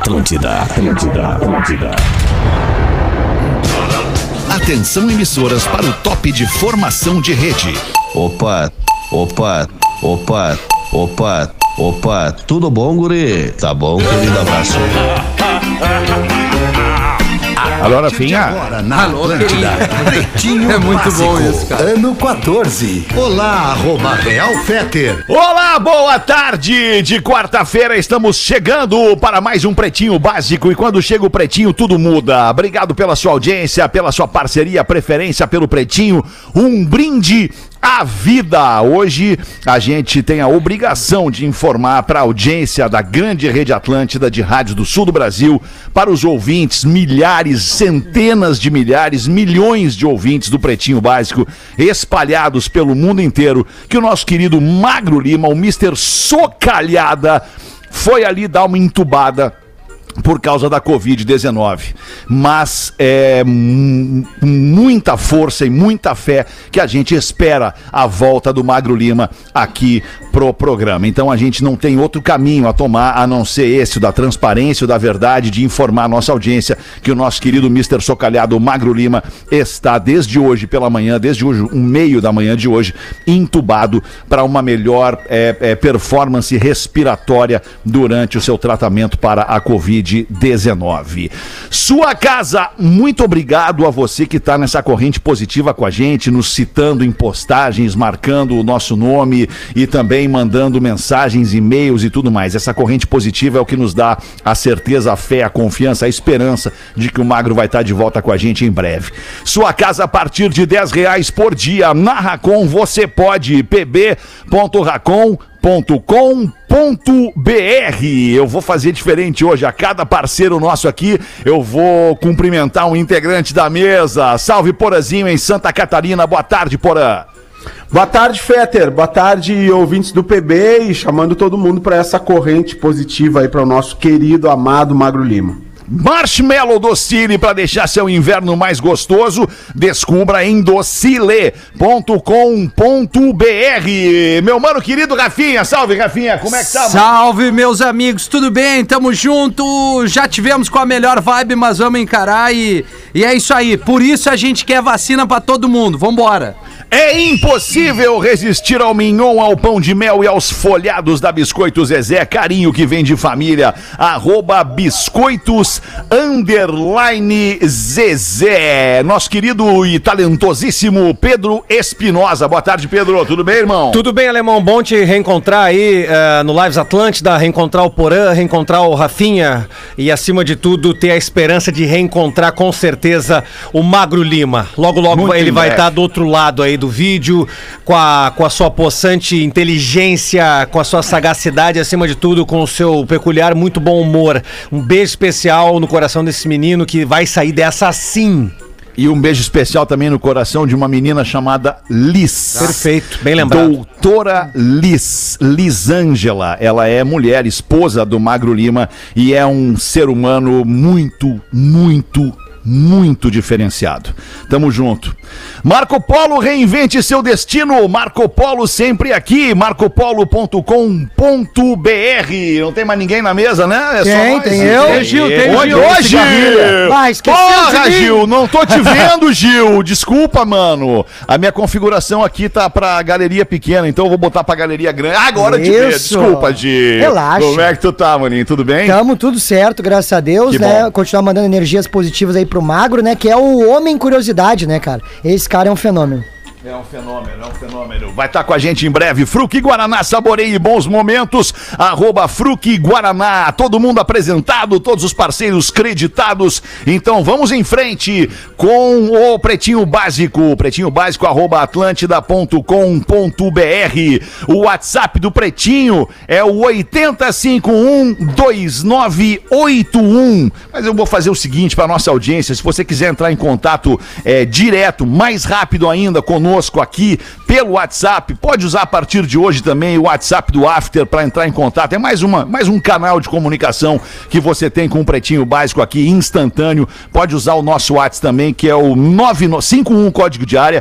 Atlântida. Atenção, emissoras, para o top de formação de rede. Opa, tudo bom, guri? Tá bom, querido, abraço. Alô, Rafinha. Agora na Atlântida, Pretinho É muito Básico, bom isso, cara. ano 14. Olá, @Real Fetter. Olá, boa tarde de quarta-feira, estamos chegando para mais um Pretinho Básico e quando chega o Pretinho tudo muda. Obrigado pela sua audiência, pela sua parceria, preferência pelo Pretinho, um brinde à vida. Hoje a gente tem a obrigação de informar para a audiência da grande rede Atlântida de rádio do sul do Brasil, para os ouvintes, milhares, centenas de milhares, milhões de ouvintes do Pretinho Básico espalhados pelo mundo inteiro, que o nosso querido Magro Lima, o Mr. Socalhada, foi ali dar uma entubada por causa da Covid-19, mas é muita força e muita fé que a gente espera a volta do Magro Lima aqui pro programa. Então a gente não tem outro caminho a tomar a não ser esse, da transparência, da verdade, de informar a nossa audiência que o nosso querido Mr. Socalhado, o Magro Lima, está desde hoje pela manhã, desde hoje, o meio da manhã de hoje, entubado para uma melhor performance respiratória durante o seu tratamento para a Covid-19. Sua casa, muito obrigado a você que está nessa corrente positiva com a gente, nos citando em postagens, marcando o nosso nome e também mandando mensagens, e-mails e tudo mais. Essa corrente positiva é o que nos dá a certeza, a fé, a confiança, a esperança de que o Magro vai estar de volta com a gente em breve. Sua casa a partir de R$10 por dia. Na Racon você pode, pb.racon.com.br. Eu vou fazer diferente hoje. A cada parceiro nosso aqui, eu vou cumprimentar um integrante da mesa. Salve, Porazinho, em Santa Catarina. Boa tarde, Porã. Boa tarde, Fetter. Boa tarde, ouvintes do PB, e chamando todo mundo para essa corrente positiva aí para o nosso querido, amado Magro Lima. Marshmallow Docile, para deixar seu inverno mais gostoso, descubra em docile.com.br. Meu mano querido Rafinha, salve Rafinha, como é que tá, mano? Salve, meus amigos, tudo bem? Tamo junto, já tivemos com a melhor vibe, mas vamos encarar e é isso aí. Por isso a gente quer vacina pra todo mundo, vambora. É impossível resistir ao mignon, ao pão de mel e aos folhados da Biscoitos Zezé, carinho que vem de família, @biscoitos_Zezé. Nosso querido e talentosíssimo Pedro Espinosa. Boa tarde, Pedro, tudo bem, irmão? Tudo bem, alemão, bom te reencontrar aí no Lives Atlântida, reencontrar o Porã, reencontrar o Rafinha e, acima de tudo, ter a esperança de reencontrar com certeza o Magro Lima. Logo, muito ele vai estar do outro lado aí do vídeo, com a sua possante inteligência, com a sua sagacidade, acima de tudo, com o seu peculiar, muito bom humor. Um beijo especial no coração desse menino que vai sair dessa sim. E um beijo especial também no coração de uma menina chamada Liz. Perfeito, bem lembrado. Doutora Liz Ângela. Ela é mulher, esposa do Magro Lima e é um ser humano muito diferenciado. Tamo junto. Marco Polo, reinvente seu destino. Marco Polo sempre aqui. marcopolo.com.br. Não tem mais ninguém na mesa, né? Tem eu. Tem Gil. Hoje. Porra, Gil, não tô te vendo, Gil. Desculpa, mano. A minha configuração aqui tá pra galeria pequena, então eu vou botar pra galeria grande. Agora eu te vejo. Desculpa, Gil. Relaxa. Como é que tu tá, maninho? Tudo bem? Tamo tudo certo, graças a Deus, Que né? bom. Continuar mandando energias positivas aí pro Magro, né? Que é o homem curiosidade, né, cara? Esse cara é um fenômeno. É um fenômeno. Vai estar com a gente em breve. Fruque Guaraná, saboreie bons momentos. @Fruque Guaraná. Todo mundo apresentado, todos os parceiros creditados. Então vamos em frente com o Pretinho Básico. Pretinho Básico, @atlantida.com.br. O WhatsApp do Pretinho é o 80512981. Mas eu vou fazer o seguinte para nossa audiência. Se você quiser entrar em contato direto, mais rápido ainda conosco aqui, pelo WhatsApp. Pode usar a partir de hoje também o WhatsApp do After para entrar em contato. É mais um canal de comunicação que você tem com o Pretinho Básico aqui, instantâneo. Pode usar o nosso WhatsApp também, que é o 51 código de área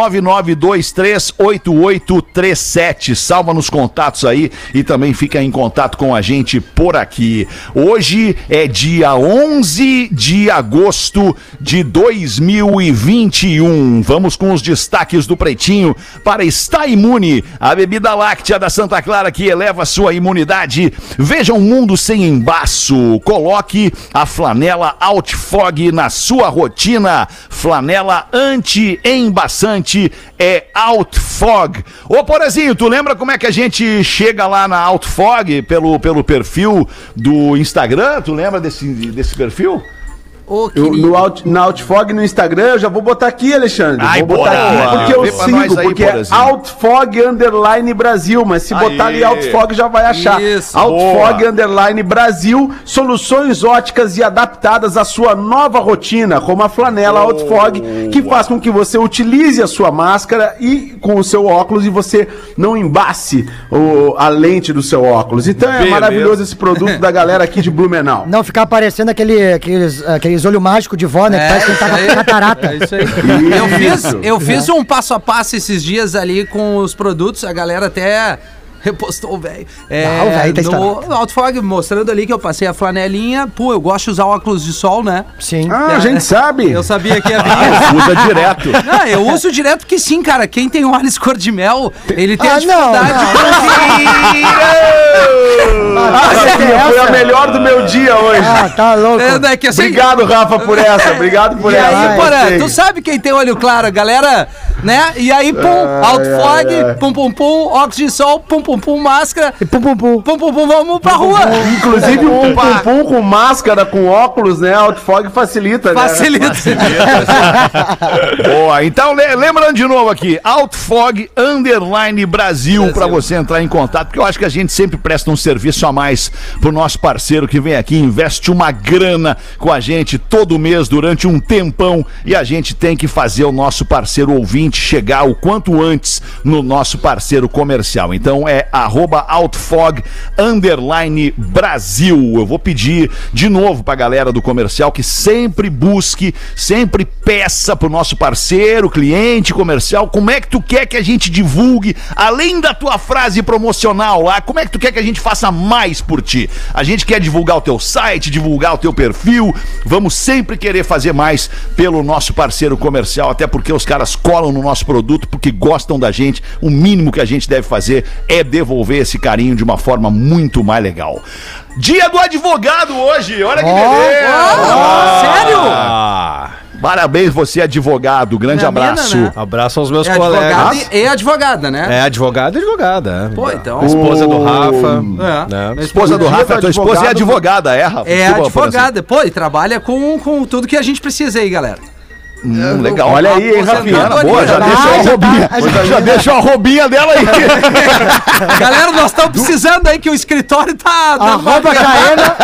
99238837. Salva nos contatos aí e também fica em contato com a gente por aqui. Hoje é dia 11 de agosto de 2021. Vamos com os destaques do Pretinho para Está Imune, a bebida láctea da Santa Clara que eleva sua imunidade. Veja um mundo sem embaço. Coloque a flanela Outfog na sua rotina. Flanela anti-embaçante é Outfog. Ô, Porazinho, tu lembra como é que a gente chega lá na Outfog pelo perfil do Instagram? Tu lembra desse perfil? Na Outfog no Instagram, eu já vou botar aqui, Alexandre. Ai, vou botar aqui porque eu sigo, aí, porque é Outfog _ Brasil, mas se botar ali Outfog já vai achar. Isso, Outfog _ Brasil, soluções óticas e adaptadas à sua nova rotina, como a flanela Outfog, que faz com que você utilize a sua máscara e com o seu óculos e você não embace a lente do seu óculos. Então é maravilhoso esse produto da galera aqui de Blumenau. Não ficar aparecendo aqueles olho mágico de vó, né? Que parece que ele tá com catarata. É isso aí. Eu fiz um passo a passo esses dias ali com os produtos, a galera até repostou, velho. O velho tá estourado. No Outfog, mostrando ali que eu passei a flanelinha. Pô, eu gosto de usar óculos de sol, né? Sim. A gente sabe. Eu sabia que ia vir. Usa direto. Não, eu uso direto porque sim, cara. Quem tem olhos cor de mel, ele tem a não, dificuldade Foi a melhor do meu dia hoje. Tá louco. É que assim, Obrigado, Rafa, por essa. Obrigado por e essa. aí, Porã, Gostei. tu sabe quem tem olho claro, galera, né? E aí, Outfog, pum, óculos de sol, pum, máscara, E pum, vamos pra rua. Inclusive o pum com máscara, com óculos, né? Outfog facilita, né? Facilita. Boa, então lembrando de novo aqui, Outfog _ Brasil, pra você entrar em contato, porque eu acho que a gente sempre presta um serviço a mais pro nosso parceiro que vem aqui, investe uma grana com a gente todo mês durante um tempão e a gente tem que fazer o nosso parceiro ouvinte chegar o quanto antes no nosso parceiro comercial. Então é @Outfog _ Brasil. Eu vou pedir de novo pra galera do comercial que sempre busque, sempre peça pro nosso parceiro, cliente comercial, como é que tu quer que a gente divulgue, além da tua frase promocional lá, como é que tu quer que a gente faça mais por ti? A gente quer divulgar o teu site, divulgar o teu perfil, vamos sempre querer fazer mais pelo nosso parceiro comercial, até porque os caras colam no nosso produto porque gostam da gente. O mínimo que a gente deve fazer é devolver esse carinho de uma forma muito mais legal. Dia do advogado hoje, olha que beleza! Sério? Parabéns, você advogado, grande Minha abraço. mina, né? Abraço aos meus Advogado colegas. e advogada, né? É advogado e advogada. Pô, então. A esposa do Rafa. É. Né? Esposa do Rafa, tua esposa é advogada, é, Rafa? É Desculpa, advogada. Pô, e trabalha com tudo que a assim. gente precisa aí, galera. Legal. Olha aí, hein, Rafinha. Boa, já deixa a roubinha. Já deixa a roubinha dela aí. Galera, nós estamos precisando aí que o escritório tá... Arroba Caena.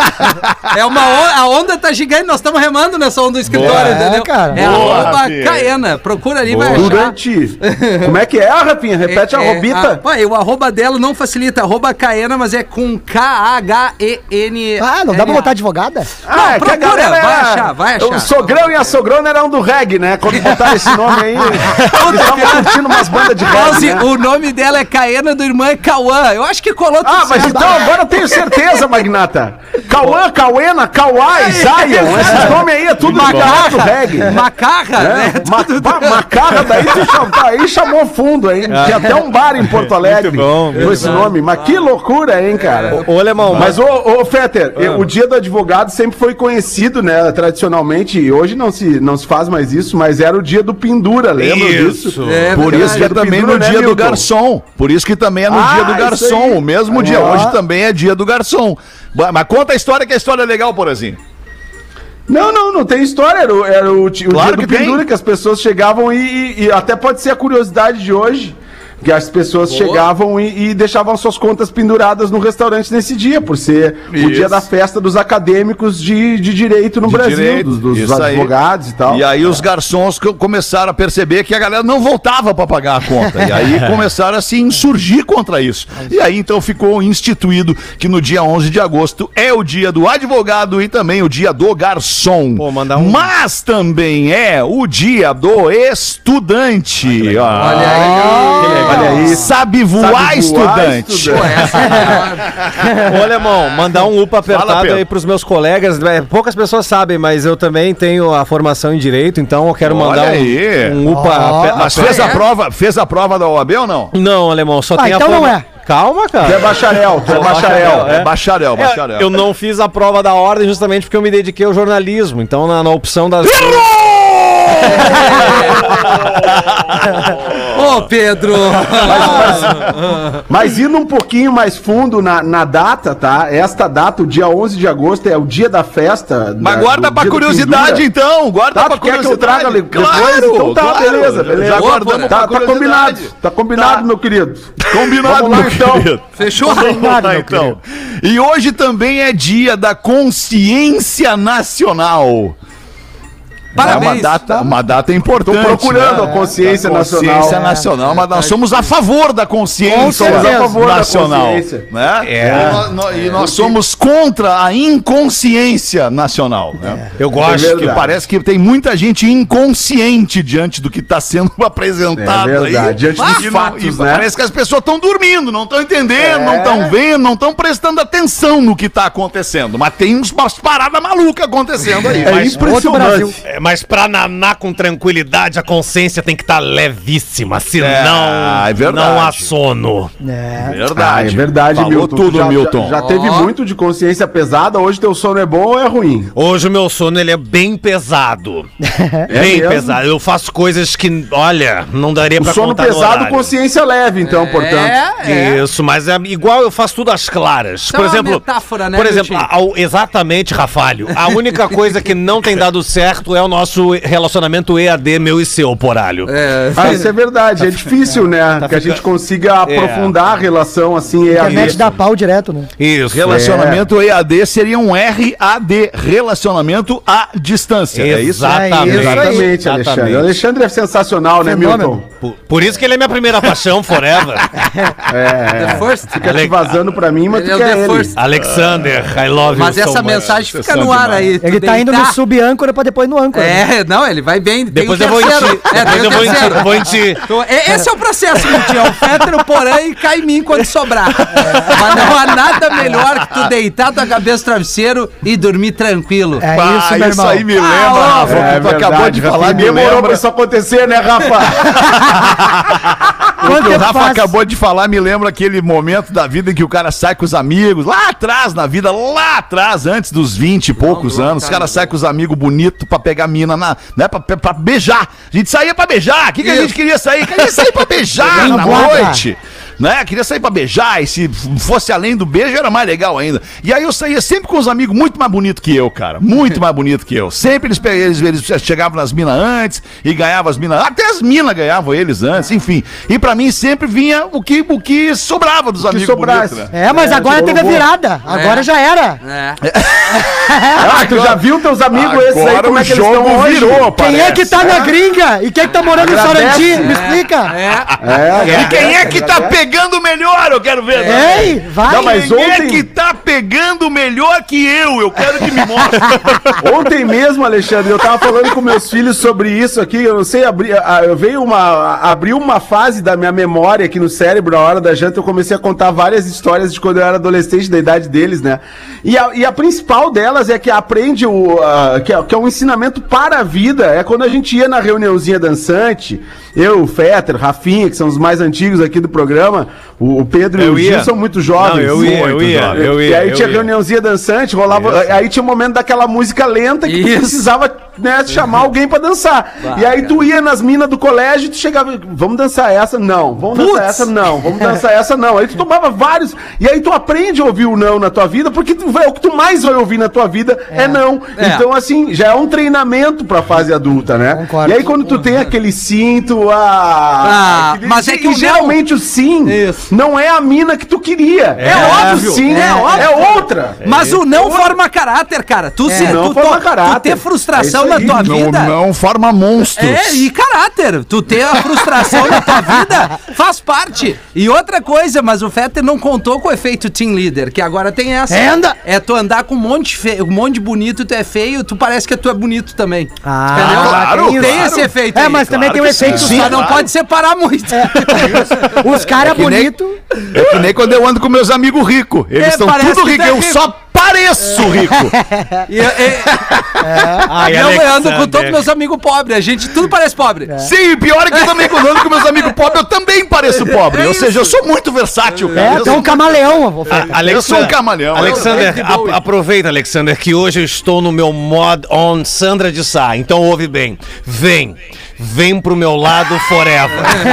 A onda tá gigante, nós estamos remando nessa onda do escritório, Boa, entendeu? cara. É Boa, arroba Rafinha. Caena. Procura ali, vai achar. Durante... Como é que é, Rafinha? Repete a arrobita. Pô, o arroba dela não facilita, arroba Caena, mas é com K-H-E-N. Não dá pra botar advogada? Não, procura, vai achar. O sogrão e a sogrona eram do reggae, né? Quando botaram esse nome aí, eles estavam curtindo umas bandas de reggae, né? O nome dela é Caena, do irmão é Cauã. Eu acho que colou tudo Mas certo. então agora eu tenho certeza, Magnata. Cauã, Cauena, Kauai, Zion, esses nomes aí é tudo ligado do reggae. Macarra, né? Macarra, daí chamou fundo, hein? Tinha até um bar em Porto Alegre com esse nome. Mas que loucura, hein, cara? Ô, Alemão, Mas, ô Fetter, o dia do advogado sempre foi conhecido, né, tradicionalmente, e hoje não se faz mais isso, mas era o dia do pendura, lembra disso? Por isso que é do também pendura, no né, dia do Milton? garçom. Por isso que também é no dia do isso garçom. aí. O mesmo dia. Hoje também é dia do garçom. Mas conta a história, que a história é legal, Porazinho. Não tem história. Era o Claro dia do que pendura tem. que as pessoas chegavam e até pode ser a curiosidade de hoje. que as pessoas chegavam e deixavam suas contas penduradas no restaurante nesse dia, por ser o dia da festa dos acadêmicos de direito no Brasil, dos advogados e tal. E aí os garçons começaram a perceber que a galera não voltava para pagar a conta. E aí começaram a se insurgir contra isso. E aí então ficou instituído que no dia 11 de agosto é o dia do advogado e também o dia do garçom. Pô, Mas também é o dia do estudante. Olha aí. Sabe voar, estudante. Pô, essa é Ô, Alemão, mandar um upa apertado Pedro. aí pros meus colegas. Poucas pessoas sabem, mas eu também tenho a formação em Direito, então eu quero mandar um upa Mas fez a prova da OAB ou não? Não, Alemão, só tem a então não é. Calma, cara. Tu é bacharel, Bacharel. Eu não fiz a prova da ordem justamente porque eu me dediquei ao jornalismo. Então, na opção das... Ô, Pedro! Mas indo um pouquinho mais fundo na data, tá? Esta data, o dia 11 de agosto, é o dia da festa. Mas guarda pra curiosidade, então. Guarda pra quer curiosidade. que eu traga depois? Claro, Então tá, claro. beleza. Já guardamos pra Tá combinado. curiosidade. Tá combinado, meu querido. Combinado, Vamos lá, meu então. querido. Fechou? Vamos lá, então. E hoje também é dia da consciência nacional. Parabéns. É uma data importante. Tô procurando né? a consciência Da consciência nacional. nacional, mas nós somos a favor da consciência Com certeza. nacional. consciência. Né? E nós somos contra a inconsciência nacional. Né? Eu gosto. É Que parece que tem muita gente inconsciente diante do que está sendo apresentado. É verdade, aí. diante dos fatos, né? Parece que as pessoas estão dormindo, não estão entendendo, não estão vendo, não estão prestando atenção no que está acontecendo. Mas tem umas paradas malucas acontecendo aí. É Mas- impressionante. Mas pra nanar com tranquilidade, a consciência tem que estar levíssima, senão É verdade. não há sono. Verdade. É verdade, Falou Milton. tudo, já, Milton. Já teve muito de consciência pesada. Hoje teu sono é bom ou é ruim? Hoje o meu sono ele é bem pesado. É Bem mesmo? pesado. Eu faço coisas que, olha, não daria O pra sono contar no pesado, horário. consciência leve, então, portanto. Isso, mas é igual eu faço tudo às claras. Isso Por é uma exemplo, metáfora, né, por exemplo, Milton? exatamente, Rafalho. A única coisa que não tem dado certo é o nosso relacionamento EAD, meu e seu, poralho. Isso é verdade. É difícil, né? Que a gente consiga aprofundar a relação assim. A internet dá pau direto, né? Isso. Relacionamento EAD seria um RAD, relacionamento à distância. É isso? Exatamente. Exatamente, Alexandre. O Alexandre é sensacional, né, Fenômeno. Milton? Por isso que ele é minha primeira paixão, forever. The First. Fica te vazando pra mim, mas Ele tu é o quer The ele. First. Alexander, I love Mas you so essa much. mensagem fica no ar aí. tu Ele tá indo no deitar- sub-âncora pra depois no âncora. É, não, ele vai bem. tem Depois o eu vou em terceiro. ti. É, tem Depois o eu vou em ti. terceiro. Eu vou em ti. Então, esse é o processo, Milton. É o Fetter, o Porã e cai em mim quando sobrar. Mas não há nada melhor que tu deitar tua cabeça no travesseiro e dormir tranquilo. É Pá, isso, meu irmão. aí me lembra, Rafa, É que tu acabou de falar, me Demorou pra lembra. isso acontecer, né, Rafa? O Quanto que o tempo Rafa faz? acabou de falar me lembra aquele momento da vida em que o cara sai com os amigos, lá atrás na vida, lá atrás, antes dos 20 e poucos anos, os caras saem com os amigos bonitos pra pegar mina, né, pra beijar. A gente saía pra beijar. O que a gente queria sair? Queria sair pra beijar na guarda. noite. Né? Queria sair pra beijar, e se fosse além do beijo era mais legal ainda. E aí eu saía sempre com os amigos muito mais bonitos que eu, cara. Muito mais bonito que eu. Sempre eles chegavam nas minas antes e ganhavam as minas. Até as minas ganhavam eles antes, enfim. E pra mim sempre vinha o que sobrava dos amigos sobrasse. bonitos, né? É, mas agora teve a virada. Agora já era. Ah, tu já viu teus amigos esses aí, Agora como o é que eles jogo estão hoje? virou, Quem é que tá na gringa? E quem é que tá morando Agradece. em Sarandi? Me explica. E quem é que tá pegando melhor? Eu quero ver. né? Ei, vai. Não, mas Quem é ontem- que tá pegando melhor que eu? Eu quero que me mostre. Ontem mesmo, Alexandre, eu tava falando com meus filhos sobre isso aqui. Eu não sei, abriu uma fase da minha memória aqui no cérebro, na hora da janta, eu comecei a contar várias histórias de quando eu era adolescente, da idade deles, né? E a principal delas é que aprende que é um ensinamento para a vida. É quando a gente ia na reuniãozinha dançante, eu, o Fetter, Rafinha, que são os mais antigos aqui do programa, nenhuma. O Pedro e o Gil são muito jovens. Não, eu ia. E aí tinha reuniãozinha dançante, rolava. Aí tinha um momento daquela música lenta que tu precisava, né, chamar alguém pra dançar. E aí tu ia nas minas do colégio e tu chegava, vamos dançar essa? Não. Vamos dançar essa? Não. Vamos dançar essa? Não. Aí tu tomava vários. E aí tu aprende a ouvir o não na tua vida, porque o que tu mais vai ouvir na tua vida é não. Então, assim, já é um treinamento pra fase adulta, né? Concordo. E aí quando tu tem aquele sim, mas é que geralmente o sim não é a mina que tu queria. É óbvio, sim, é outra. Mas o não forma caráter, cara. Tu ter frustração na tua vida. Não forma monstros. E caráter. Tu ter a frustração na tua vida faz parte. E outra coisa, mas o Fetter não contou com o efeito team leader, que agora tem essa. É tu andar com um monte de bonito, tu é feio, tu parece que tu é bonito também. Entendeu? Claro, tem esse efeito aí. mas também tem um efeito... Só não pode separar muito. Os caras bonitos... É que nem quando eu ando com meus amigos ricos. Eles estão tudo ricos, eu só pareço rico. Eu ando com todos meus amigos pobres. A gente tudo parece pobre. Sim, pior é que eu também, quando eu ando com meus amigos pobres, eu também pareço pobre. Ou seja, eu sou muito versátil, cara. tu é um camaleão. Eu sou um camaleão. Alexander, aproveita, Alexander, que hoje eu estou no meu mod on Sandra de Sá. Então ouve bem. Vem pro meu lado forever.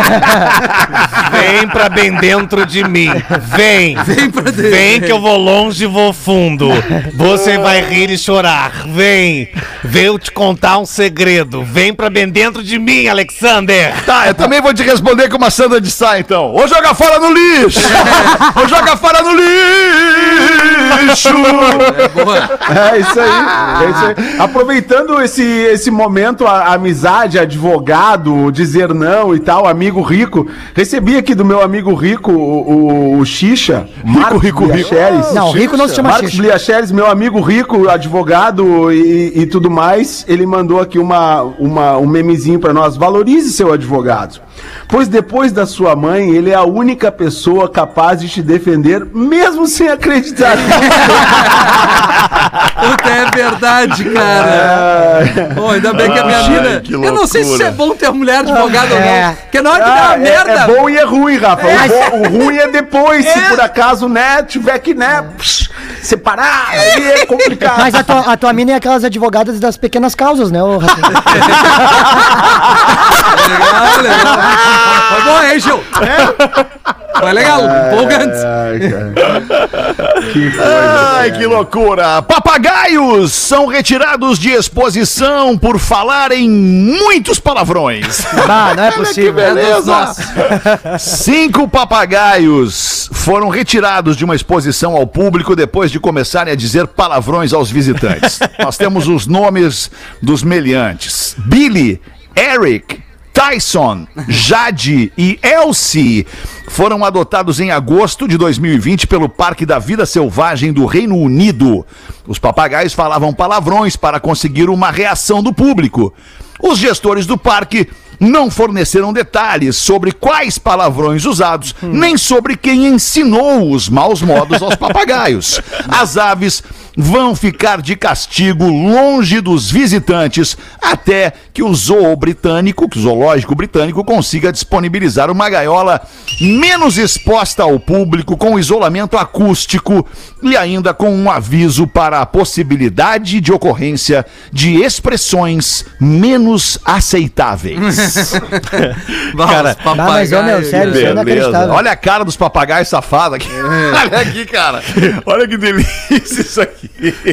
Vem pra bem dentro de mim. Vem que eu vou longe e vou fundo. Você vai rir e chorar. Vem eu te contar um segredo. Vem pra bem dentro de mim, Alexander. Tá, eu também vou te responder com uma Sandra de Sá, então. Ou joga fora no lixo. Ou joga fora no lixo. É isso aí. Aproveitando esse momento, a amizade, advogado, dizer não e tal, amigo rico. Recebi aqui do meu amigo rico, o Xixa. Rico. Não, rico não se chama Marcos Xixa. Bliacheres, meu amigo rico, advogado e tudo mais. Ele mandou aqui um memezinho pra nós. Valorize seu advogado. Pois depois da sua mãe, ele é a única pessoa capaz de te defender, mesmo sem acreditar. Puta, é verdade, cara. Pô, ainda bem que a minha mina... Eu não sei se isso é bom ter mulher advogada ou não. Porque na hora que dá uma merda... É bom e é ruim, Rafa. O ruim é depois, se por acaso, né, tiver que, né, separar, aí é complicado. Mas a tua mina é aquelas advogadas das pequenas causas, né, ô Rafa? Legal. Foi bom, hein, Gil? Foi legal, empolgante. Ai, que loucura. Papagaios são retirados de exposição por falar em muitos palavrões. Não é possível. Que beleza. 5 papagaios foram retirados de uma exposição ao público depois de começarem a dizer palavrões aos visitantes. Nós temos os nomes dos meliantes: Billy, Eric, Tyson, Jade e Elsie foram adotados em agosto de 2020 pelo Parque da Vida Selvagem do Reino Unido. Os papagaios falavam palavrões para conseguir uma reação do público. Os gestores do parque não forneceram detalhes sobre quais palavrões usados, nem sobre quem ensinou os maus modos aos papagaios. As aves vão ficar de castigo longe dos visitantes até que o zoológico britânico consiga disponibilizar uma gaiola menos exposta ao público, com isolamento acústico e ainda com um aviso para a possibilidade de ocorrência de expressões menos aceitáveis. Cara, mas, meu, sério, isso é inacreditável. Olha a cara dos papagaios safados aqui. Olha aqui, cara. Olha que delícia isso aqui.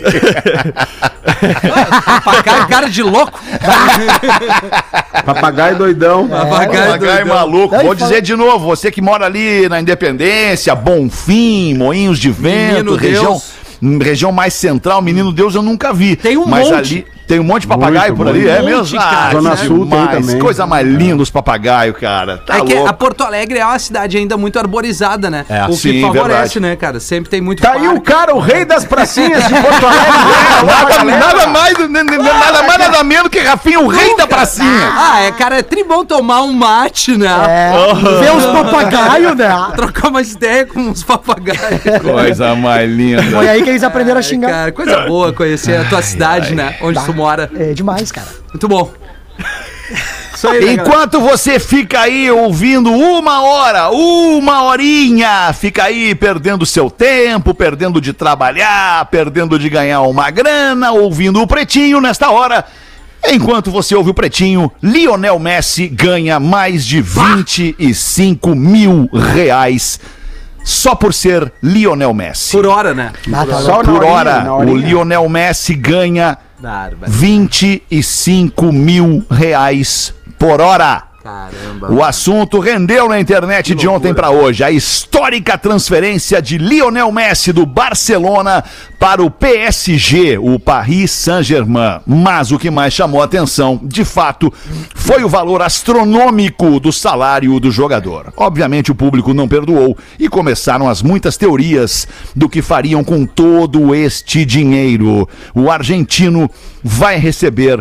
Papagaio, cara de louco. Papagaio doidão. Papagaio maluco. Vou dizer de novo, você que mora ali na Independência, Bonfim, Moinhos de Vento, região mais central, Menino Deus eu nunca vi. Tem um mas monte. Ali tem um monte de papagaio por ali, é mesmo? Zona Sul tem também. Coisa mais linda os papagaios, cara. Tá que louco. a Porto Alegre é uma cidade ainda muito arborizada, né? É, o que sim, favorece, verdade. né, cara? Sempre tem muito Tá aí o cara, o rei das pracinhas de Porto Alegre. Nada mais, nada menos que Rafinha, o rei da pracinha. Cara, é tribom tomar um mate, né? Ver os papagaios, né? Trocar uma ideia com os papagaios. Coisa mais linda. Foi aí que eles aprenderam a xingar. Cara, coisa boa conhecer a tua cidade, né? Onde tu mora. É demais, cara. Muito bom. Isso aí, né, enquanto você fica aí ouvindo uma horinha, fica aí perdendo seu tempo, perdendo de trabalhar, perdendo de ganhar uma grana, ouvindo o Pretinho nesta hora. Enquanto você ouve o Pretinho, Lionel Messi ganha mais de 25 mil reais só por ser Lionel Messi. Por hora, né? Só Por na hora, horinha. o Lionel Messi ganha Bárbaro. 25 mil reais por hora. Caramba. O assunto rendeu na internet de ontem para hoje. A histórica transferência de Lionel Messi do Barcelona para o PSG, o Paris Saint-Germain. Mas o que mais chamou a atenção, de fato, foi o valor astronômico do salário do jogador. Obviamente o público não perdoou e começaram as muitas teorias do que fariam com todo este dinheiro. O argentino vai receber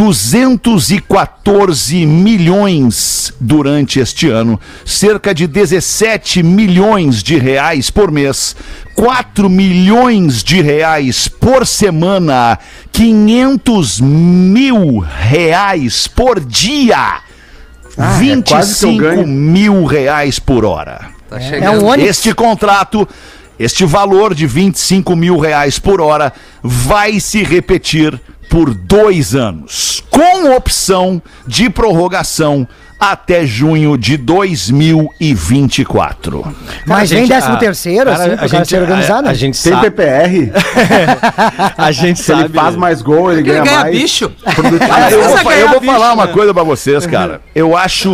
214 milhões durante este ano, cerca de 17 milhões de reais por mês, 4 milhões de reais por semana, 500 mil reais por dia, 25 mil reais por hora. Tá É chegando. um Onix. Este contrato, este valor de 25 mil reais por hora vai se repetir por 2 anos, com opção de prorrogação até junho de 2024. Mas vem 13º, cara, assim, pro cara se organizar, né? A gente Tem sabe. PPR. A gente Se sabe. ele faz mais gol, ele Ele ganha ganha mais. bicho. Eu vou falar uma né? coisa pra vocês, cara. Eu acho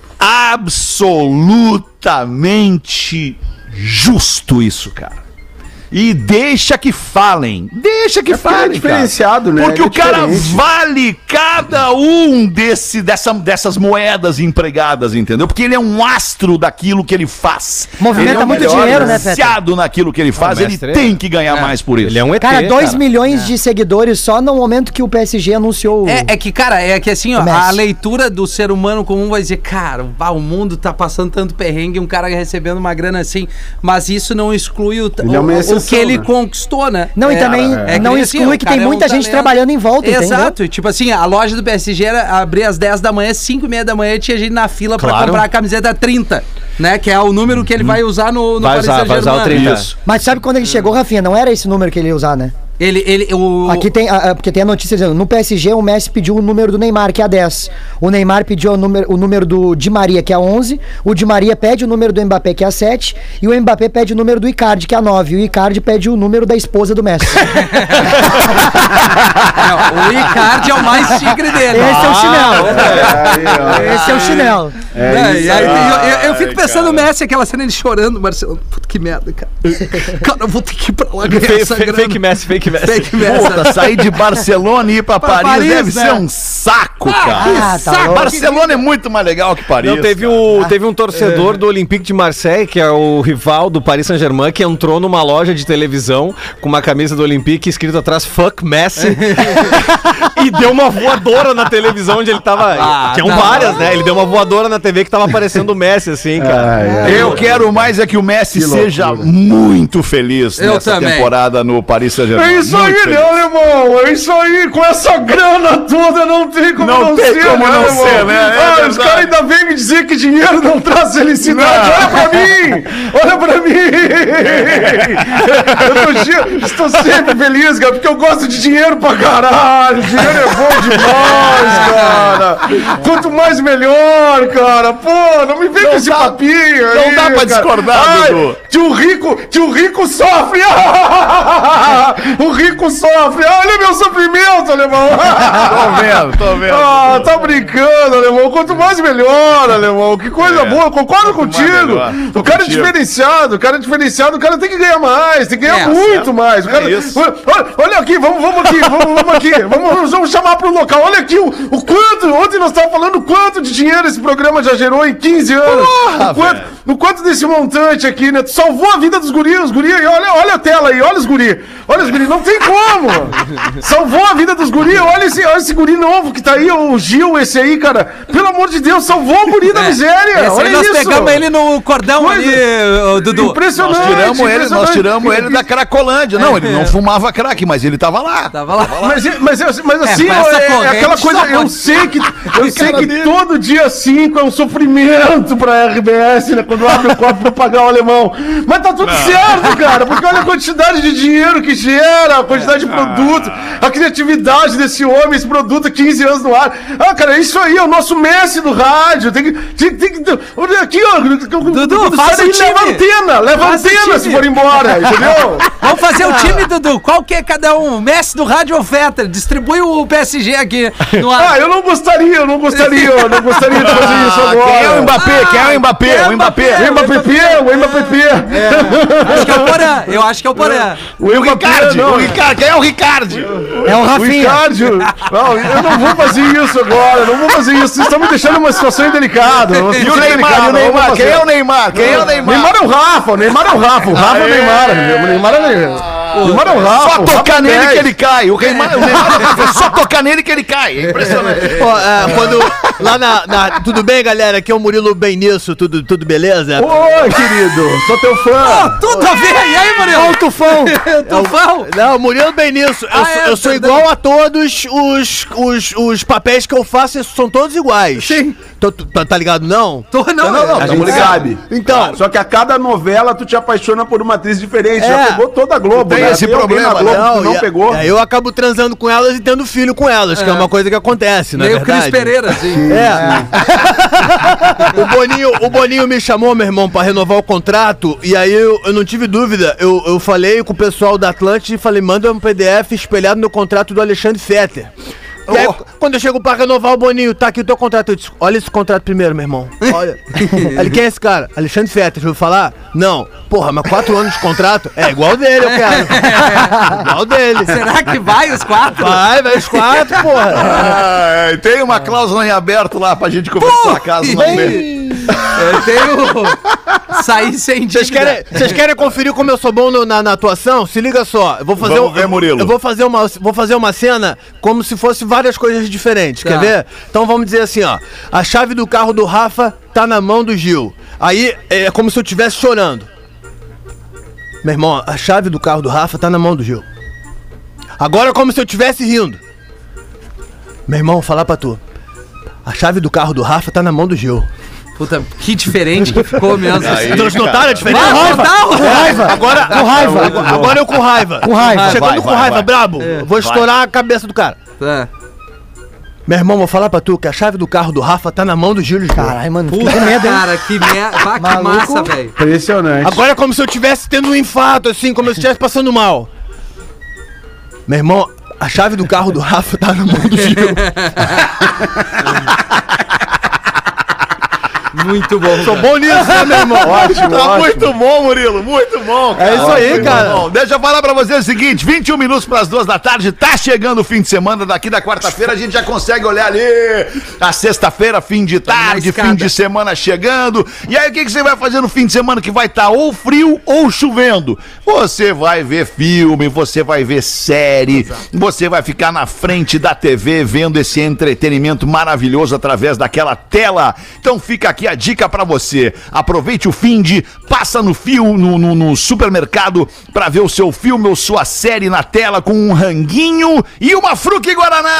absolutamente justo isso, cara. E deixa que falem. Deixa que porque ele é falem, diferenciado, né? Porque Ele é o cara diferente. vale cada um dessas moedas empregadas, entendeu? Porque ele é um astro daquilo que ele faz. Movimenta Ele é o muito melhor, dinheiro, né, Feta? viciado naquilo que ele faz, ele mestre, tem que ganhar mais por isso. Ele é um ET, Cara, 2 cara. milhões de seguidores só no momento que o PSG anunciou. É que, cara, é que assim, ó, O Messi. a leitura do ser humano comum vai dizer, cara, o mundo tá passando tanto perrengue, um cara recebendo uma grana assim, mas isso não exclui o Ele é uma que exceção, ele né? conquistou, né? Não, e também não nem exclui o que cara tem é um muita gente talento. trabalhando em volta, entendeu? Exato, e tipo assim, a loja do PSG era abrir às 10 da manhã, 5h30 da manhã tinha gente na fila pra Claro. comprar a camiseta 30, né? Que é o número que ele vai usar no Vai Paris usar o Saint-Germain. 30. Isso. Mas sabe quando ele chegou, Rafinha? Não era esse número que ele ia usar, né? Aqui tem, porque tem a notícia dizendo, no PSG o Messi pediu o número do Neymar, que é a 10. O Neymar pediu o número do Di Maria, que é a 11. O Di Maria pede o número do Mbappé, que é a 7. E o Mbappé pede o número do Icardi, que é a 9. E o Icardi pede o número da esposa do Messi. Não, o Icardi é o mais tigre dele. Esse é o chinelo. Aí, Esse é o chinelo. E aí eu fico pensando no Messi, aquela cena ele chorando, Marcelo. Puta que merda, cara. Cara, eu vou ter que ir pra lá ganhar essa grana. Fake Messi, fake Messi. Fake Messi. Puta, sair de Barcelona e ir pra Paris, Paris, deve né? ser um saco, cara. tá louco. Barcelona é muito mais legal que Paris. Não, teve um torcedor do Olympique de Marseille, que é o rival do Paris Saint-Germain, que entrou numa loja de televisão com uma camisa do Olympique escrito atrás Fuck Messi e deu uma voadora na televisão onde ele tava. Tinham várias, né? Ele deu uma voadora na TV que tava aparecendo o Messi, assim, cara. Eu quero mais é que o Messi seja muito feliz Eu nessa também. temporada no Paris Saint-Germain. É isso aí, Muito né, feliz. alemão? É isso aí, com essa grana toda não tem como Não tem ser, como não alemão? ser, né? É Os verdade. caras ainda vêm me dizer que dinheiro não traz felicidade. Não. Olha pra mim! Olha pra mim! Estou sempre feliz, cara, porque eu gosto de dinheiro pra caralho. Dinheiro é bom demais, cara. Quanto mais melhor, cara. Pô, não me vem com esse papinho aí. não dá pra cara. discordar, Ai, Dudu. Tio Rico sofre! O rico sofre! Olha meu sofrimento, alemão! Tô vendo. Ah, tá brincando, alemão. Quanto mais melhor, alemão. Que coisa boa, eu concordo contigo. melhor. Tô O cara é contigo. diferenciado, o cara é diferenciado, o cara tem que ganhar mais, tem que ganhar muito mais. O cara, isso. olha aqui, vamos aqui, vamos chamar pro local. Olha aqui o quanto, ontem nós estávamos falando o quanto de dinheiro esse programa já gerou em 15 anos. O quanto desse montante aqui, né? Tu salvou a vida dos guris, os guri, olha a tela aí, olha os guri. Olha os guri, não tem como como? Salvou a vida dos guris. Olha esse guri novo que tá aí, o Gil, esse aí, cara. Pelo amor de Deus, salvou o guri da miséria. Olha nós pegamos ele no cordão ali, Dudu. Impressionante. Nós tiramos ele da Cracolândia. Não, ele não fumava crack, mas ele tava lá. Mas assim, é aquela coisa, eu sei que todo dia 5 é um sofrimento pra RBS, né? Quando abre o copo pra pagar o alemão. Mas tá tudo certo, cara, porque olha a quantidade de dinheiro que gera, a quantidade de produto, a criatividade desse homem, esse produto 15 anos no ar. Ah, cara, é isso aí, é o nosso Messi do rádio. Tem que olha aqui, ó. Dudu, faz o time. Leva antena se for embora, entendeu? Vamos fazer o time, Dudu. Qual que é cada um? Messi do rádio ou Fetter? Distribui o PSG aqui no ar. Ah, eu não gostaria de fazer isso agora. Quem é o Mbappé? O Mbappé. Acho que é o Porã. Eu acho que é o Porã. O Ricardo. Quem é o Ricardo? É o Rafinha. Não, eu não vou fazer isso agora. Vocês estão me deixando numa situação indelicada. E o Neymar? Quem é o Neymar? Neymar é o Rafa. O Neymar é o Neymar. O Neymar é o Rafa. Só tocar nele que ele cai. O Neymar é o Rafa. É só tocar nele que ele cai. É impressionante. Quando lá tudo bem, galera? Aqui é o Murilo Bem Nisso. Tudo beleza? Oi, querido. Sou teu fã. Tudo a ver. E aí, Murilo? Olha o tufão. Tufão? Não, Murilo Bem Nisso. Eu sou igual a todos os papéis que eu faço, são todos iguais. Sim. Tá ligado, não? Não, a gente sabe. Então, só que a cada novela tu te apaixona por uma atriz diferente. Já pegou toda a Globo, tem esse problema. Não pegou. Eu acabo transando com elas e tendo filho com elas, que é uma coisa que acontece, na verdade. Meio Cris Pereira, assim. O Boninho me chamou, meu irmão, pra renovar o contrato, e aí eu não tive dúvida. Eu falei com o pessoal da Atlântida e falei, manda um PDF espelhado no contrato do Alexandre Fetter. E aí, quando eu chego pra renovar o Boninho, tá aqui o teu contrato. Eu disse, olha esse contrato primeiro, meu irmão. Olha. Ele, quem é esse cara? Alexandre Fetter, já ouviu falar? Não. Porra, mas 4 anos de contrato? É igual dele, eu quero. Igual dele. Será que vai os 4? Vai os 4, porra. Tem uma cláusula em aberto lá pra gente conversar a casa. Eu tenho... Sair sem dívida. Vocês querem conferir como eu sou bom na atuação? Se liga só. Eu vou fazer Murilo. Eu vou fazer uma cena como se fosse várias coisas diferentes. Quer ver? Então vamos dizer assim, ó. A chave do carro do Rafa tá na mão do Gil. Aí é como se eu estivesse chorando. Meu irmão, a chave do carro do Rafa tá na mão do Gil. Agora é como se eu estivesse rindo. Meu irmão, vou falar pra tu. A chave do carro do Rafa tá na mão do Gil. Puta, que diferente que ficou mesmo. Vocês notaram a diferença? Raiva. Agora eu com raiva. Chegando com raiva, brabo. Vou estourar a cabeça do cara. Meu irmão, vou falar pra tu que a chave do carro do Rafa tá na mão do Gil. Caralho, mano, fiquei com medo, hein? Cara, que merda. Que massa, velho. Impressionante. Agora é como se eu estivesse tendo um infarto, assim, como se eu estivesse passando mal. Meu irmão, a chave do carro do Rafa tá na mão do Gil. Muito bom. Sou bom nisso, né, meu irmão? Ótimo. Muito bom, Murilo. Muito bom, cara. É isso aí, cara. Bom. Deixa eu falar pra vocês o seguinte: 21 minutos pras 2 da tarde. Tá chegando o fim de semana. Daqui da quarta-feira a gente já consegue olhar ali a sexta-feira, fim de tarde, fim de semana chegando. E aí, o que você vai fazer no fim de semana que vai estar ou frio ou chovendo? Você vai ver filme, você vai ver série, você vai ficar na frente da TV vendo esse entretenimento maravilhoso através daquela tela. Então fica aqui a dica pra você. Aproveite o finde, passa no supermercado pra ver o seu filme ou sua série na tela com um ranguinho e uma Fruc Guaraná.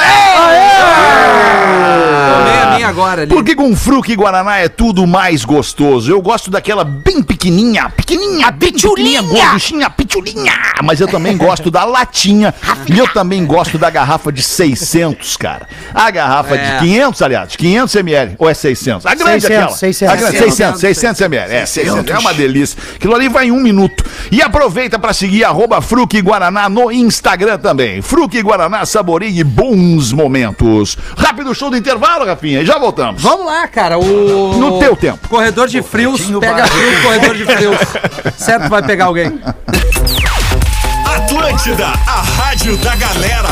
Tomei a minha agora ali. Porque com Fruc Guaraná é tudo mais gostoso. Eu gosto daquela bem pequenininha, a pitulinha, gorduchinha, pitulinha. Mas eu também gosto da latinha e eu também gosto da garrafa de 600, cara. A garrafa de 500, aliás, 500 ml ou é 600? A grande 600, aquela. 600 ml. É, 600. É uma delícia. Aquilo ali vai em 1 minuto. E aproveita pra seguir @Fruc Guaraná no Instagram também. Fruc Guaraná, saboreie bons momentos. Rápido show do intervalo, Rafinha, e já voltamos. Vamos lá, cara. No teu tempo. Corredor de frios, pega frio, corredor de frios. Certo, vai pegar alguém. Atlântida, a rádio da galera.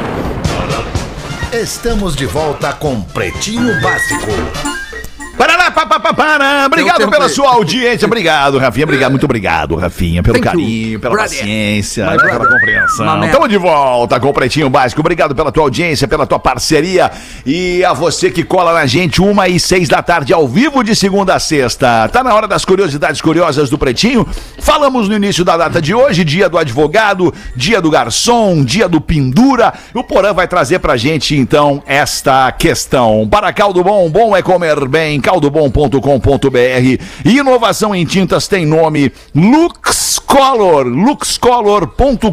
Estamos de volta com Pretinho Básico. Paraná, Obrigado pela sua audiência. Obrigado, Rafinha. Muito obrigado, Rafinha, pelo carinho, pela paciência, pela compreensão. Estamos de volta com o Pretinho Básico. Obrigado pela tua audiência, pela tua parceria e a você que cola na gente 1h06 da tarde ao vivo de segunda a sexta. Tá na hora das curiosidades curiosas do Pretinho. Falamos no início da data de hoje, dia do advogado, dia do garçom, dia do pendura. O Porã vai trazer pra gente então esta questão. Para Caldo Bom, bom é comer bem, caldobom.com.br. Inovação em tintas tem nome LuxColor, luxcolor.com.br.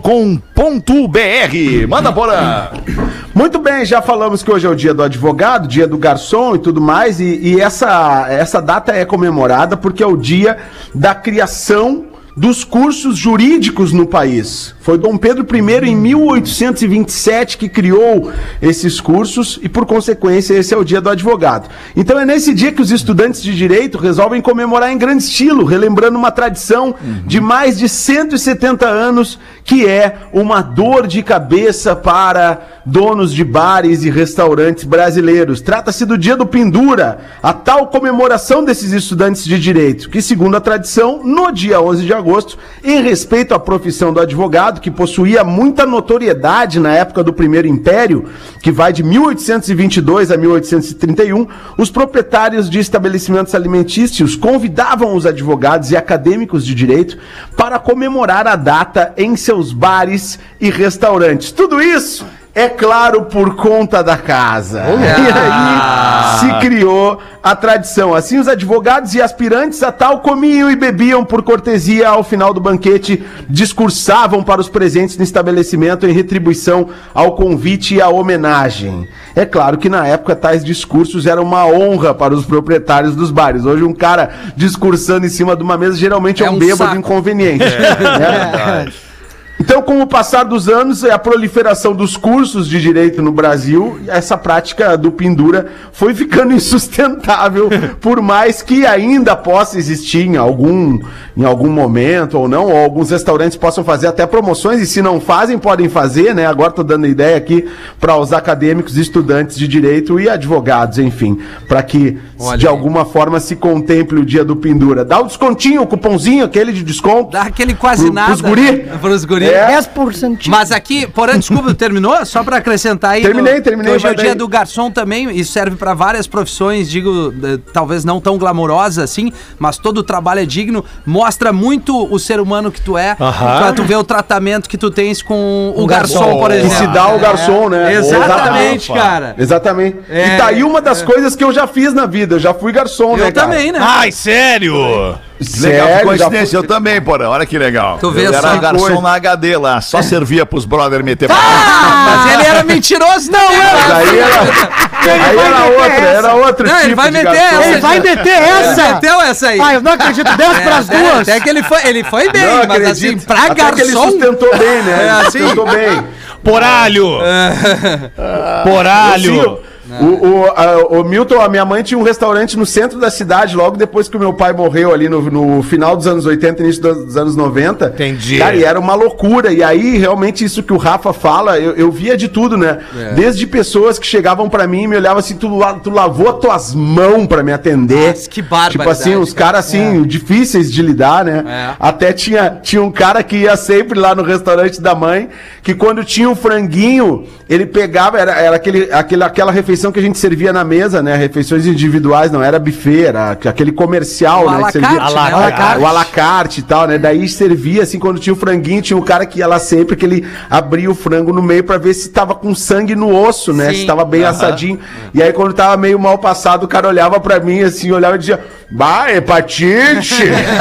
Manda, Porã! Muito bem, já falamos que hoje é o dia do advogado, dia do garçom e tudo mais, e essa data é comemorada porque é o dia da criação dos cursos jurídicos no país. Foi Dom Pedro I, em 1827, que criou esses cursos e, por consequência, esse é o dia do advogado. Então é nesse dia que os estudantes de direito resolvem comemorar em grande estilo, relembrando uma tradição de mais de 170 anos, que é uma dor de cabeça para donos de bares e restaurantes brasileiros. Trata-se do dia do pendura, a tal comemoração desses estudantes de direito, que, segundo a tradição, no dia 11 de agosto, em respeito à profissão do advogado, que possuía muita notoriedade na época do Primeiro Império, que vai de 1822 a 1831, os proprietários de estabelecimentos alimentícios convidavam os advogados e acadêmicos de direito para comemorar a data em seus bares e restaurantes. Tudo isso, é claro, por conta da casa. E aí se criou a tradição. Assim, os advogados e aspirantes a tal comiam e bebiam por cortesia. Ao final do banquete, discursavam para os presentes no estabelecimento em retribuição ao convite e à homenagem. É claro que na época tais discursos eram uma honra para os proprietários dos bares. Hoje um cara discursando em cima de uma mesa geralmente é um bêbado inconveniente. Então, com o passar dos anos e a proliferação dos cursos de direito no Brasil, essa prática do pendura foi ficando insustentável, por mais que ainda possa existir em algum momento ou não, ou alguns restaurantes possam fazer até promoções, e se não fazem, podem fazer, né? Agora estou dando ideia aqui para os acadêmicos, estudantes de direito e advogados, enfim, para que de alguma forma se contemple o dia do pendura. Dá o descontinho, o cupomzinho, aquele de desconto. Dá aquele quase nada. Pros guri. 10%. Mas aqui, porém, desculpa, terminou? Só pra acrescentar aí. Terminei. Hoje é o dia do garçom também, isso serve pra várias profissões, digo, talvez não tão glamourosa assim, mas todo o trabalho é digno, mostra muito o ser humano que tu é, pra tu ver o tratamento que tu tens com o garçom, por exemplo. Que se dá ao garçom, né? Exatamente, cara. Exatamente. E tá aí uma das coisas que eu já fiz na vida, eu já fui garçom, né, Eu também, né? Ai, sério? Legal, coincidência, eu também, porra. Olha que legal. Tu vê eu só era garçom na HD lá, só servia pros brother meter mas ele era mentiroso, não era? Aí era outro Não, tipo ele vai de meter garçom. essa. Ele vai meter essa! Ele meteu essa aí. Eu não acredito, 10 pras duas! Até que ele foi bem, Não mas acredito. assim, pra Até que ele garçom... sustentou bem, né? Ele assim. sustentou bem. Poralho! Poralho! O Milton, a minha mãe tinha um restaurante no centro da cidade, logo depois que o meu pai morreu ali no final dos anos 80, início dos anos 90. Entendi. Cara, e era uma loucura. E aí, realmente, isso que o Rafa fala, eu via de tudo, né? Desde pessoas que chegavam pra mim e me olhavam assim, tu lavou as tuas mãos pra me atender. Nossa, que barbaridade. Tipo assim, uns caras assim, difíceis de lidar, né? Até tinha um cara que ia sempre lá no restaurante da mãe, que quando tinha um franguinho, ele pegava, era aquela refeição que a gente servia na mesa, né? Refeições individuais, não era buffet, era aquele comercial, né? Que servia, o à la carte e tal, né? Daí servia, assim, quando tinha o franguinho, tinha um cara que ia lá sempre, que ele abria o frango no meio pra ver se tava com sangue no osso, né? Sim. Se tava bem assadinho. E aí, quando tava meio mal passado, o cara olhava pra mim, assim, olhava e dizia: bah, hepatite!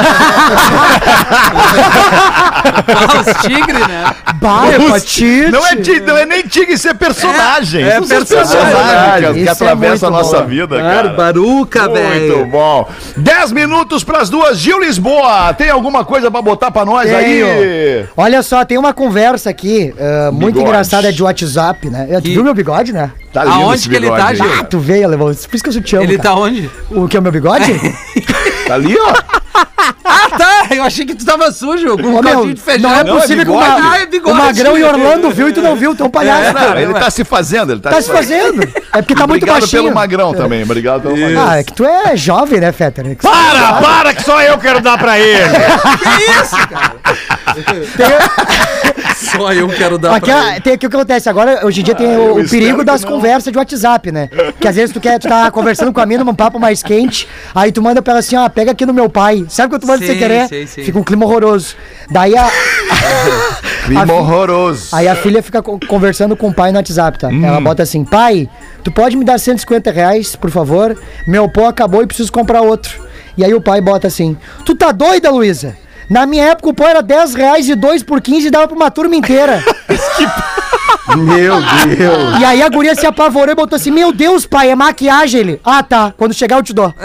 Os tigres, né? Bah, hepatite! Não é nem tigre, isso é personagem. É Isso são personagem. que Isso é atravessa a muito nossa bom. vida, cara. Baruca, velho. Muito bom. 10 minutos pras 2. Gil Lisboa, tem alguma coisa pra botar pra nós aí? Olha só, tem uma conversa aqui muito Bigode. engraçada de WhatsApp, né? Tu viu meu bigode, né? Tá lindo Aonde esse que ele tá, bigode Gil? aí. Ah, tu veio, alemão. Por isso que eu te amo, Ele cara. tá onde? O que é o meu bigode? Tá ali, ó. Ah, tá! Eu achei que tu tava sujo com um caldinho de feijão. Não é possível que o Magrão em Orlando viu e tu não viu, tu é um palhaço. Não, ele tá se fazendo, ele tá se fazendo. É porque tá muito baixinho. Obrigado pelo Magrão também, obrigado pelo Magrão. Ah, é que tu é jovem, né, Fetter? Para, que só eu quero dar pra ele. Que isso, cara? Só eu quero dar pra ele. Tem aqui o que acontece agora, hoje em dia tem o perigo das conversas de WhatsApp, né? Que às vezes tu tá conversando com a mina num papo mais quente, aí tu manda pra ela assim, ó, pega aqui no meu pai. Sabe quando tu manda sem querer? Sim. Fica um clima horroroso. Daí Clima horroroso. Aí a filha fica conversando com o pai no WhatsApp, tá? Ela bota assim, pai, tu pode me dar R$150, por favor? Meu pó acabou e preciso comprar outro. E aí o pai bota assim, tu tá doida, Luísa? Na minha época o pó era R$10 e 2 por 15 e dava pra uma turma inteira. Meu Deus. E aí a guria se apavorou e botou assim, meu Deus, pai, é maquiagem. Ele, ah, tá, quando chegar eu te dou.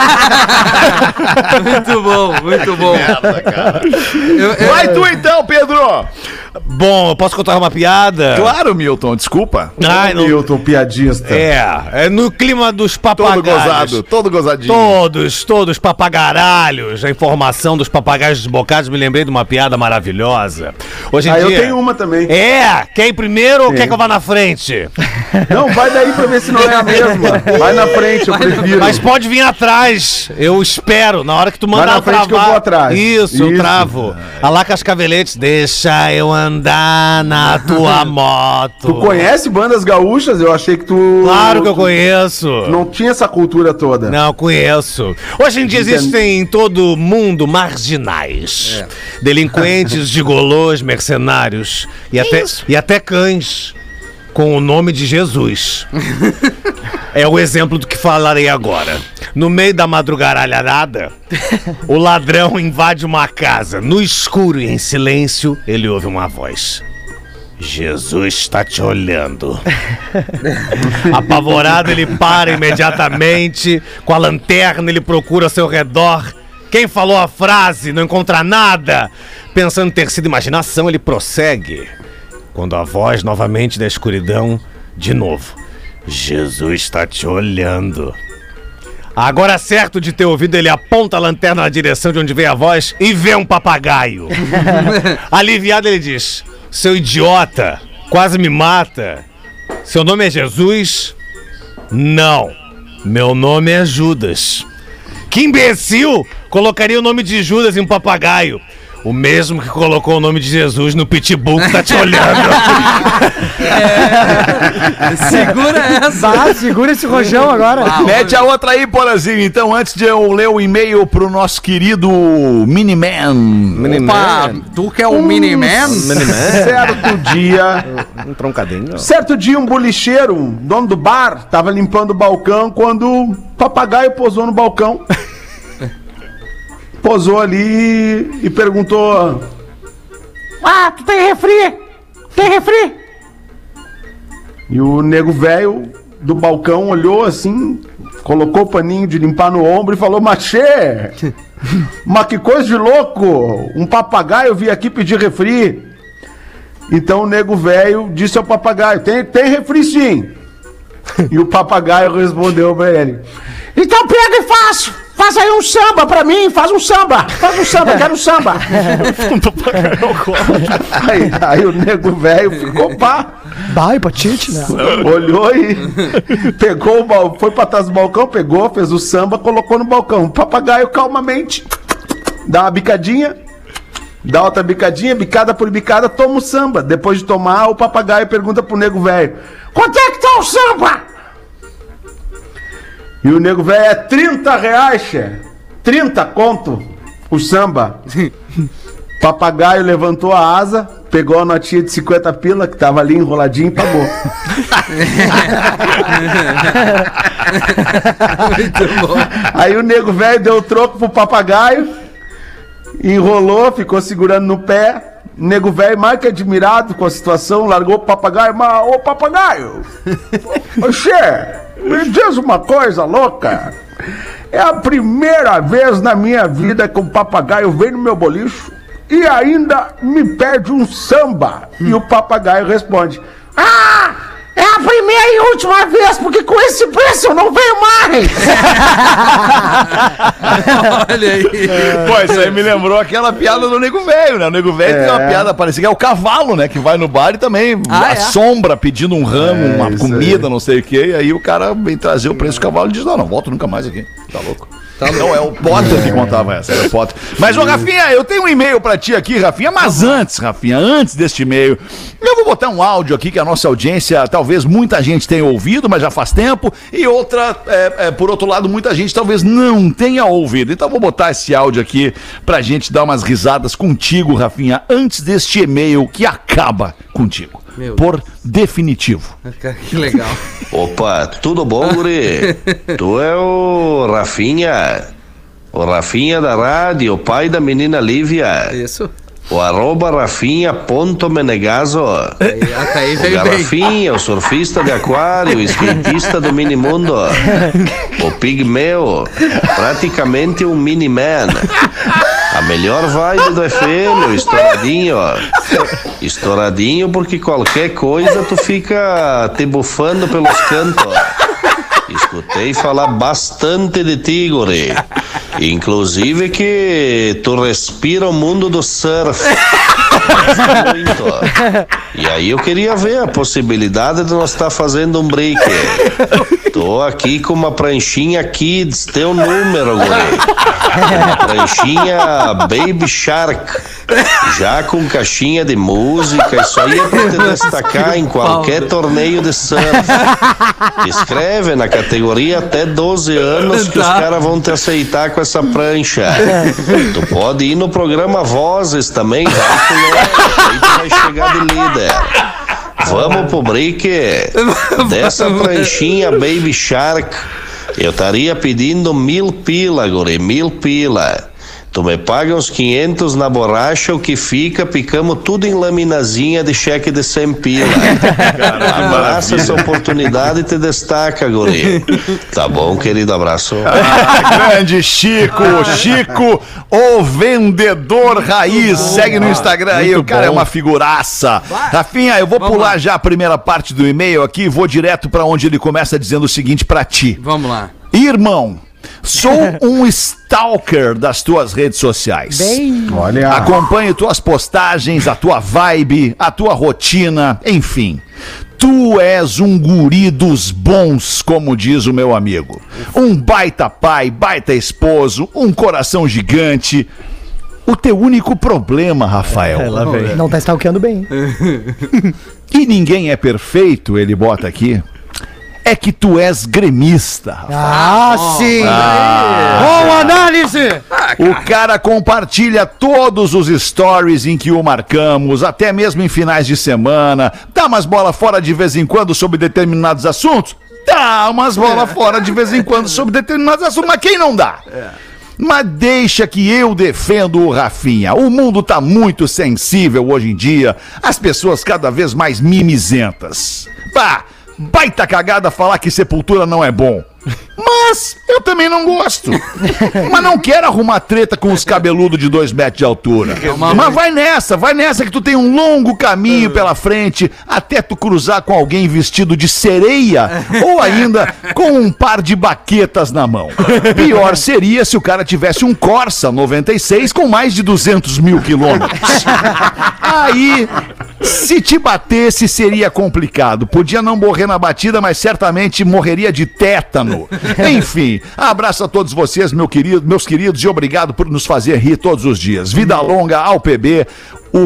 Muito bom, muito bom. Merda, cara. Vai tu então, Pedro. Bom, eu posso contar uma piada? Claro, Milton, desculpa. Ai, não... Milton, piadista. É no clima dos Todo papagaios. todo gozadinho. Todos papagaralhos. A informação dos papagaios desbocados, me lembrei de uma piada maravilhosa. Hoje em dia... eu tenho uma também. Quer ir primeiro ou quer que eu vá na frente? Não, vai daí pra ver se não é a mesma. Vai na frente, eu prefiro. Mas pode vir atrás. Eu espero. Na hora que tu mandar vai na frente travar. que eu vou atrás. Isso, eu travo. A lá Cascaveletes, deixa eu andar na tua moto. Tu conhece bandas gaúchas? Eu achei que tu... Claro que eu conheço. Não tinha essa cultura toda. Não, conheço. Hoje em dia existem em todo mundo marginais. Delinquentes, gigolôs, mercenários e até cães com o nome de Jesus. É o exemplo do que falarei agora. No meio da madrugaralhada, o ladrão invade uma casa. No escuro e em silêncio, ele ouve uma voz. Jesus está te olhando. Apavorado, ele para imediatamente. Com a lanterna, ele procura ao seu redor. Quem falou a frase? Não encontra nada. Pensando ter sido imaginação, ele prossegue. Quando a voz novamente da escuridão, de novo. Jesus está te olhando. Agora, certo de ter ouvido, ele aponta a lanterna na direção de onde veio a voz e vê um papagaio. Aliviado, ele diz: seu idiota, quase me mata. Seu nome é Jesus? Não, meu nome é Judas. Que imbecil colocaria o nome de Judas em um papagaio? O mesmo que colocou o nome de Jesus no pitbull que tá te olhando. Segura essa. Segura esse rojão agora. Mete a outra aí, Porazinho. Então, antes de eu ler o e-mail pro nosso querido Miniman. Opa, tu que é o Miniman? Certo dia... Um troncadinho. Certo dia, um bolicheiro, dono do bar, tava limpando o balcão quando o papagaio pousou no balcão. Posou ali e perguntou: ah, tu tem refri? Tem refri? E o nego velho do balcão olhou assim, colocou o paninho de limpar no ombro e falou: machê, mas que coisa de louco, um papagaio veio aqui pedir refri. Então o nego velho disse ao papagaio: tem refri sim. E o papagaio respondeu pra ele: então pega e faz aí um samba pra mim, faz um samba, quero um samba. aí o nego velho ficou pá. Hepatite, né? Olhou e pegou foi pra trás do balcão, pegou, fez o samba, colocou no balcão. O papagaio calmamente dá uma bicadinha, dá outra bicadinha, bicada por bicada, toma o samba. Depois de tomar, o papagaio pergunta pro nego velho: quanto é que tá o samba? E o nego velho: é 30 reais, che. 30 conto o samba. Papagaio levantou a asa, pegou a notinha de 50 pila que tava ali enroladinho e pagou. Muito bom. Aí o nego velho deu o troco pro papagaio, enrolou, ficou segurando no pé. Nego velho, mais que admirado com a situação, largou o papagaio. Mas, ô papagaio, oxê, me diz uma coisa louca. É a primeira vez na minha vida que um papagaio vem no meu bolicho e ainda me pede um samba. E o papagaio responde: ah, É a primeira e última vez, porque com esse preço eu não venho mais! Olha aí. Pô, isso aí me lembrou aquela piada do Nego Velho, né? O Nego Velho tem uma piada parecida, que é o cavalo, né? Que vai no bar e também assombra pedindo um ramo, uma comida, não sei o quê. E aí o cara vem trazer o preço do cavalo e diz, não volto nunca mais aqui. Tá louco. Não, é o Potter que contava essa, era o Potter. Mas, ô Rafinha, eu tenho um e-mail pra ti aqui, Rafinha, mas antes deste e-mail, eu vou botar um áudio aqui que a nossa audiência, talvez muita gente tenha ouvido, mas já faz tempo, e outra, por outro lado, muita gente talvez não tenha ouvido. Então eu vou botar esse áudio aqui pra gente dar umas risadas contigo, Rafinha, antes deste e-mail que acaba contigo. Por definitivo. Que legal. Opa, tudo bom, guri? Tu é o Rafinha da rádio, o pai da menina Lívia. Isso. O @Rafinha.menegaso. Aí o Garrafinha, o surfista de aquário, o skatista do Minimundo. O pigmeu, praticamente um mini-man. A melhor vibe do FM, o estouradinho, ó. Estouradinho porque qualquer coisa tu fica te bufando pelos cantos, ó. Escutei falar bastante de ti, guri. Inclusive que tu respira o mundo do surf. Muito. E aí eu queria ver a possibilidade de nós estar fazendo um break. Tô aqui com uma pranchinha Kids, teu número, guri. Uma pranchinha Baby Shark, já com caixinha de música. Isso aí é pra te destacar em qualquer torneio de surf. Escreve na categoria até 12 anos que os caras vão te aceitar com essa prancha. Tu pode ir no programa Vozes também, vai que não é, aí tu vai chegar de líder. Vamos pro break. Dessa pranchinha Baby Shark eu estaria pedindo 1000 pila, guri, 1000 pila. Tu me paga uns 500 na borracha, o que fica, picamos tudo em laminazinha de cheque de 100 pila. Abraça essa oportunidade e te destaca, guri. Tá bom, querido, abraço. Grande Chico, o vendedor raiz. Segue no Instagram aí, o cara é uma figuraça. Rafinha, eu vou pular já a primeira parte do e-mail aqui e vou direto pra onde ele começa dizendo o seguinte pra ti. Vamos lá. Irmão, sou um stalker das tuas redes sociais. Olha. Acompanho tuas postagens, a tua vibe, a tua rotina, enfim. Tu és um guri dos bons, como diz o meu amigo. Um baita pai, baita esposo, um coração gigante. O teu único problema, Rafael, Não tá stalkeando bem. e ninguém é perfeito, ele bota aqui, é que tu és gremista, Rafael. Sim! Boa análise! O cara compartilha todos os stories em que o marcamos, até mesmo em finais de semana, dá umas bolas fora de vez em quando sobre determinados assuntos, dá umas bolas fora de vez em quando sobre determinados assuntos, mas quem não dá? Mas deixa que eu defendo o Rafinha. O mundo tá muito sensível hoje em dia, as pessoas cada vez mais mimizentas. Baita cagada falar que Sepultura não é bom. Mas eu também não gosto. Mas não quero arrumar treta com os cabeludos de 2 metros de altura. Mas vai nessa que tu tem um longo caminho pela frente até tu cruzar com alguém vestido de sereia ou ainda com um par de baquetas na mão. Pior seria se o cara tivesse um Corsa 96 com mais de 200 mil quilômetros. Aí, se te batesse, seria complicado. Podia não morrer na batida, mas certamente morreria de tétano. Enfim, abraço a todos vocês, meus queridos, e obrigado por nos fazer rir todos os dias. Vida longa ao PB. O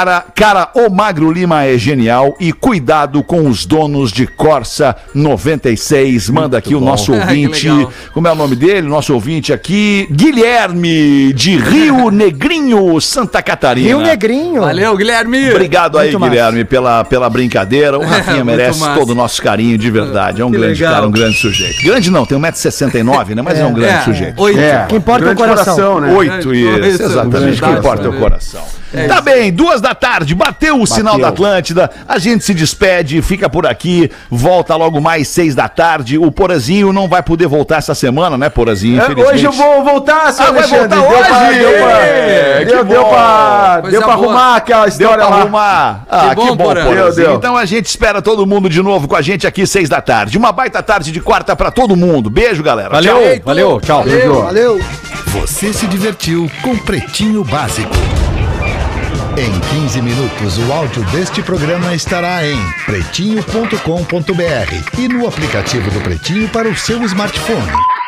o Magro Lima é genial e cuidado com os donos de Corsa 96. Manda aqui o nosso ouvinte, como é o nome dele? Nosso ouvinte aqui, Guilherme, de Rio Negrinho, Santa Catarina. Rio Negrinho. Valeu, Guilherme. Obrigado aí, Guilherme, pela brincadeira. O Rafinha merece todo o nosso carinho, de verdade. É um grande cara, um grande sujeito. Grande não, tem 1,69 m, né? Mas é um grande sujeito. 8. Que importa é o coração. Né? 8, isso, exatamente. Que importa é o coração. Tá bem, 14h, bateu o sinal da Atlântida, a gente se despede, fica por aqui, volta logo mais 6h. O Porazinho não vai poder voltar essa semana, né, Porazinho? Hoje eu vou voltar, seu Alexandre. Vai voltar hoje? Deu pra arrumar aquela história lá. Que bom, Porazinho. Então a gente espera todo mundo de novo com a gente aqui 6h. Uma baita tarde de quarta pra todo mundo. Beijo, galera. Valeu, tchau. Valeu. Você se divertiu com Pretinho Básico. Em 15 minutos, o áudio deste programa estará em pretinho.com.br e no aplicativo do Pretinho para o seu smartphone.